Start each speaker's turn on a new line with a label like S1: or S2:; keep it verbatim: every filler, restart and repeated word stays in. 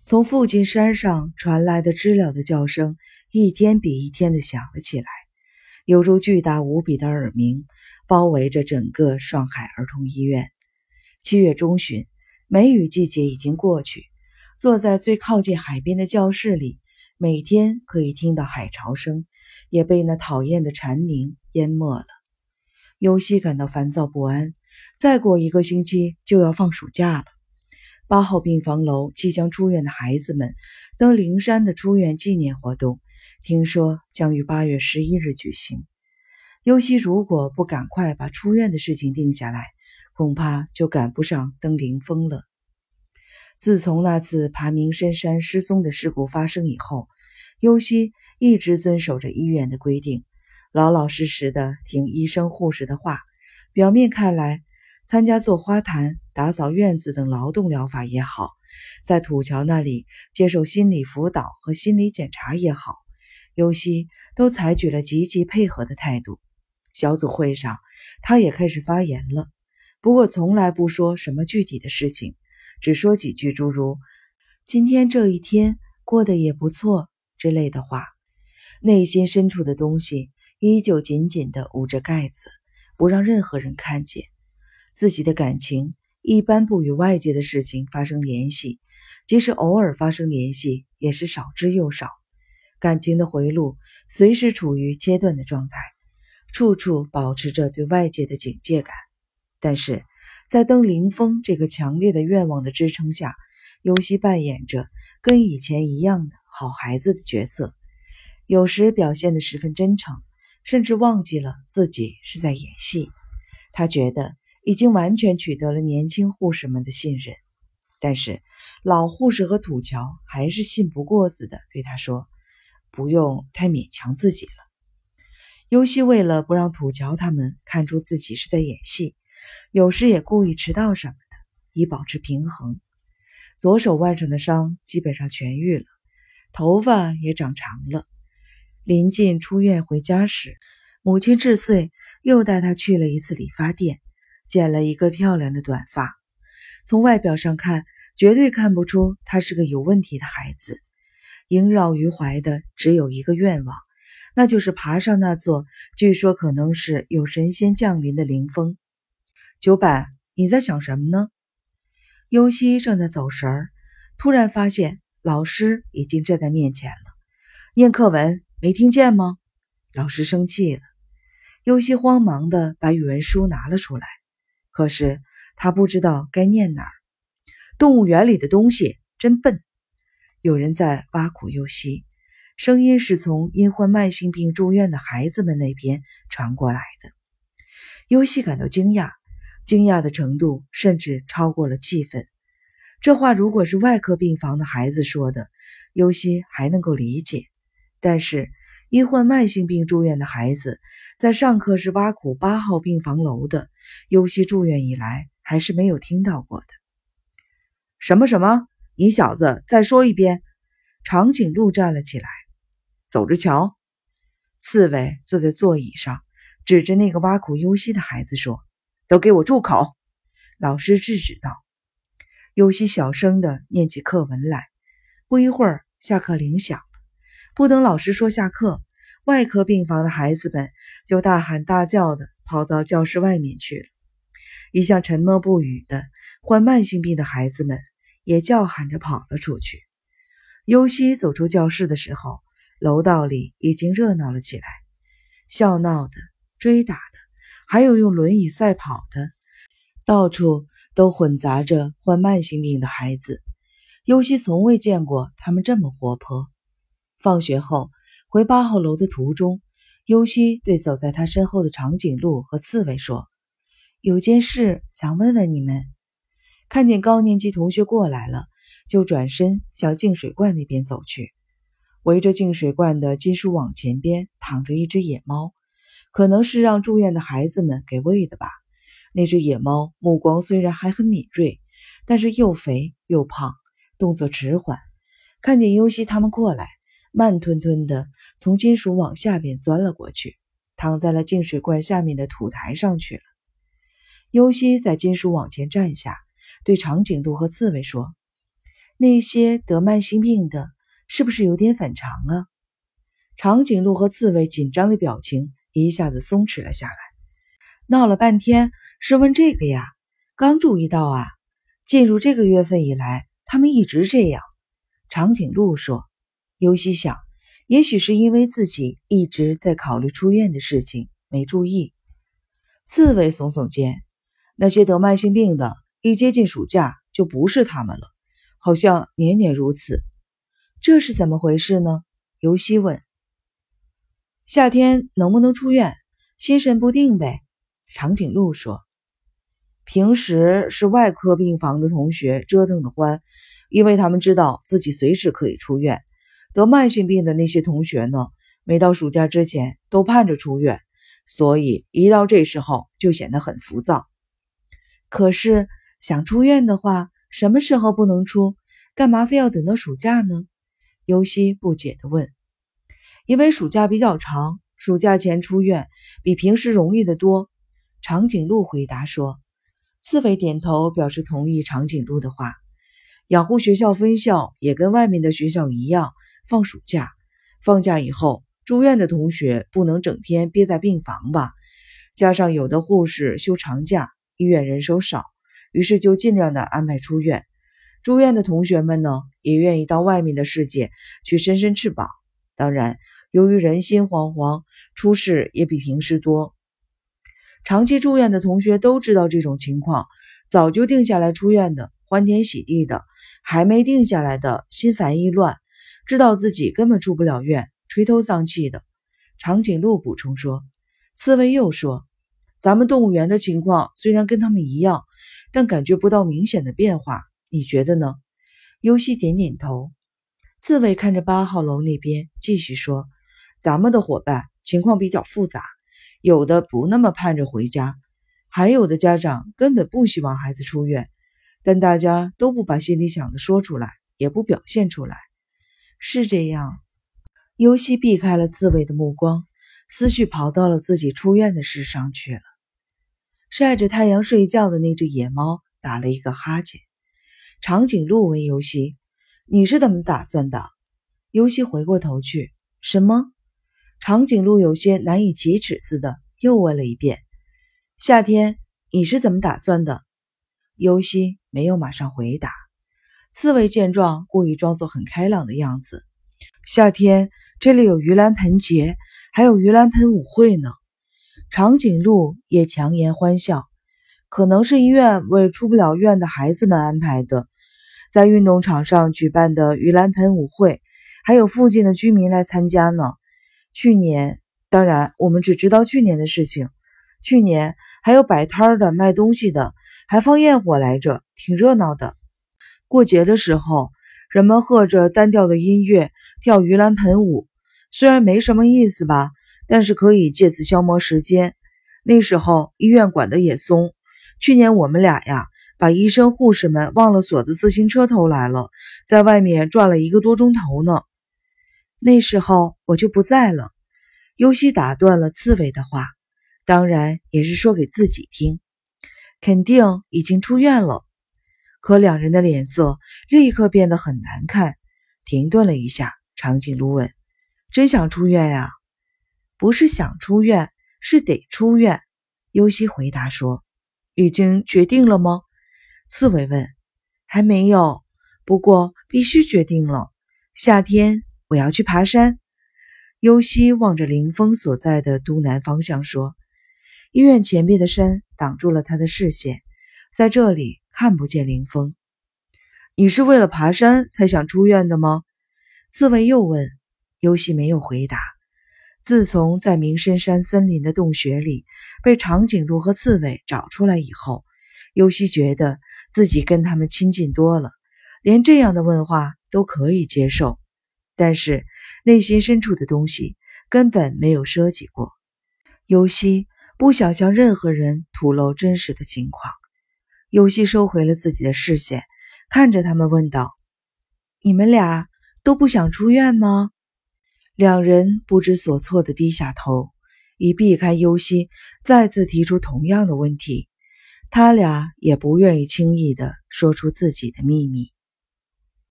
S1: 从附近山上传来的知了的叫声一天比一天的响了起来，犹如巨大无比的耳鸣，包围着整个上海儿童医院。七月中旬，梅雨季节已经过去，坐在最靠近海边的教室里，每天可以听到海潮声，也被那讨厌的蝉鸣淹没了。尤西感到烦躁不安，再过一个星期就要放暑假了。八号病房楼即将出院的孩子们登灵山的出院纪念活动，听说将于八月十一日举行。尤西如果不赶快把出院的事情定下来，恐怕就赶不上登灵峰了。自从那次爬明深山失踪的事故发生以后，尤西一直遵守着医院的规定，老老实实的听医生护士的话。表面看来，参加做花坛、打扫院子等劳动疗法也好，在土桥那里接受心理辅导和心理检查也好，尤西都采取了积极配合的态度。小组会上，他也开始发言了，不过从来不说什么具体的事情，只说几句诸如今天这一天过得也不错之类的话，内心深处的东西依旧紧紧地捂着盖子，不让任何人看见。自己的感情一般不与外界的事情发生联系，即使偶尔发生联系，也是少之又少。感情的回路随时处于切断的状态，处处保持着对外界的警戒感。但是在登灵峰这个强烈的愿望的支撑下，尤西扮演着跟以前一样的好孩子的角色，有时表现得十分真诚，甚至忘记了自己是在演戏。他觉得已经完全取得了年轻护士们的信任，但是老护士和土桥还是信不过似的对他说，不用太勉强自己了。尤西为了不让土桥他们看出自己是在演戏，有时也故意迟到什么的，以保持平衡。左手腕上的伤基本上痊愈了，头发也长长了。临近出院回家时，母亲智穗又带他去了一次理发店，剪了一个漂亮的短发。从外表上看，绝对看不出他是个有问题的孩子。萦绕于怀的只有一个愿望，那就是爬上那座据说可能是有神仙降临的灵峰。九板，你在想什么呢？尤西正在走神儿，突然发现老师已经站在面前了。念课文，没听见吗？老师生气了。尤西慌忙地把语文书拿了出来，可是他不知道该念哪儿。动物园里的东西真笨。有人在挖苦尤西，声音是从因患慢性病住院的孩子们那边传过来的。尤西感到惊讶，惊讶的程度甚至超过了气愤。这话如果是外科病房的孩子说的，尤西还能够理解，但是因患慢性病住院的孩子，在上课时挖苦八号病房楼的，尤西住院以来还是没有听到过的。什么什么？你小子再说一遍！长颈鹿站了起来，走着瞧。刺猬坐在座椅上，指着那个挖苦尤西的孩子说，都给我住口！老师制止道。尤西小声地念起课文来。不一会儿，下课铃响了。不等老师说下课，外科病房的孩子们就大喊大叫地跑到教室外面去了。一向沉默不语的患慢性病的孩子们也叫喊着跑了出去。尤西走出教室的时候，楼道里已经热闹了起来，笑闹的、追打的，还有用轮椅赛跑的，到处都混杂着患慢性病的孩子。尤西从未见过他们这么活泼。放学后回八号楼的途中，尤西对走在他身后的长颈鹿和刺猬说，有件事想问问你们。看见高年级同学过来了，就转身向净水罐那边走去。围着净水罐的金属网前边躺着一只野猫，可能是让住院的孩子们给喂的吧。那只野猫目光虽然还很敏锐，但是又肥又胖，动作迟缓。看见尤西他们过来，慢吞吞地从金属网下边钻了过去，躺在了净水罐下面的土台上去了。尤西在金属网前站下，对长颈鹿和刺猬说， 那些得慢性病的，是不是有点反常啊？长颈鹿和刺猬紧张的表情一下子松弛了下来。闹了半天是问这个呀？刚注意到啊，进入这个月份以来，他们一直这样。长颈鹿说。尤西想，也许是因为自己一直在考虑出院的事情，没注意。刺猬耸耸肩，那些得慢性病的，一接近暑假就不是他们了，好像年年如此。这是怎么回事呢？尤西问。夏天能不能出院，心神不定呗。长颈鹿说。平时是外科病房的同学折腾的欢，因为他们知道自己随时可以出院。得慢性病的那些同学呢，每到暑假之前都盼着出院，所以一到这时候就显得很浮躁。可是想出院的话，什么时候不能出？干嘛非要等到暑假呢？尤西不解地问。因为暑假比较长，暑假前出院比平时容易得多。长颈鹿回答说。刺猬点头表示同意长颈鹿的话。养护学校分校也跟外面的学校一样，放暑假。放假以后，住院的同学不能整天憋在病房吧？加上有的护士休长假，医院人手少，于是就尽量的安排出院。住院的同学们呢，也愿意到外面的世界去伸伸翅膀。当然，由于人心惶惶，出事也比平时多。长期住院的同学都知道这种情况，早就定下来出院的欢天喜地的，还没定下来的心烦意乱，知道自己根本出不了院，垂头丧气的。长颈鹿补充说。刺猬又说，咱们动物园的情况虽然跟他们一样，但感觉不到明显的变化，你觉得呢？尤西点点头。刺猬看着八号楼那边继续说，咱们的伙伴情况比较复杂，有的不那么盼着回家，还有的家长根本不希望孩子出院，但大家都不把心里想的说出来，也不表现出来。是这样。尤西避开了刺猬的目光，思绪跑到了自己出院的事上去了。晒着太阳睡觉的那只野猫打了一个哈欠。长颈鹿问尤西，你是怎么打算的？尤西回过头去，什么？长颈鹿有些难以启齿似的又问了一遍。夏天你是怎么打算的？尤西没有马上回答。刺猬见状故意装作很开朗的样子。夏天这里有盂兰盆节，还有盂兰盆舞会呢。长颈鹿也强颜欢笑，可能是医院为出不了院的孩子们安排的。在运动场上举办的盂兰盆舞会，还有附近的居民来参加呢。去年，当然我们只知道去年的事情。去年还有摆摊的、卖东西的，还放焰火来着，挺热闹的。过节的时候，人们和着单调的音乐跳盂兰盆舞，虽然没什么意思吧，但是可以借此消磨时间。那时候医院管得也松，去年我们俩呀，把医生护士们忘了锁的自行车偷来了，在外面转了一个多钟头呢。那时候我就不在了。尤西打断了刺猬的话，当然也是说给自己听。肯定已经出院了。可两人的脸色立刻变得很难看。停顿了一下，长颈鹿问，真想出院呀？不是想出院，是得出院。尤西回答说。已经决定了吗？刺猬问。还没有，不过必须决定了。夏天我要去爬山。尤西望着林峰所在的东南方向说。医院前面的山挡住了他的视线，在这里看不见林峰。你是为了爬山才想出院的吗？刺猬又问。尤西没有回答。自从在鸣深山森林的洞穴里被长颈鹿和刺猬找出来以后，尤西觉得自己跟他们亲近多了，连这样的问话都可以接受。但是内心深处的东西根本没有奢侈过。尤西不想向任何人吐露真实的情况。尤西收回了自己的视线，看着他们问道：你们俩都不想出院吗？两人不知所措地低下头，以避开尤西再次提出同样的问题。他俩也不愿意轻易地说出自己的秘密。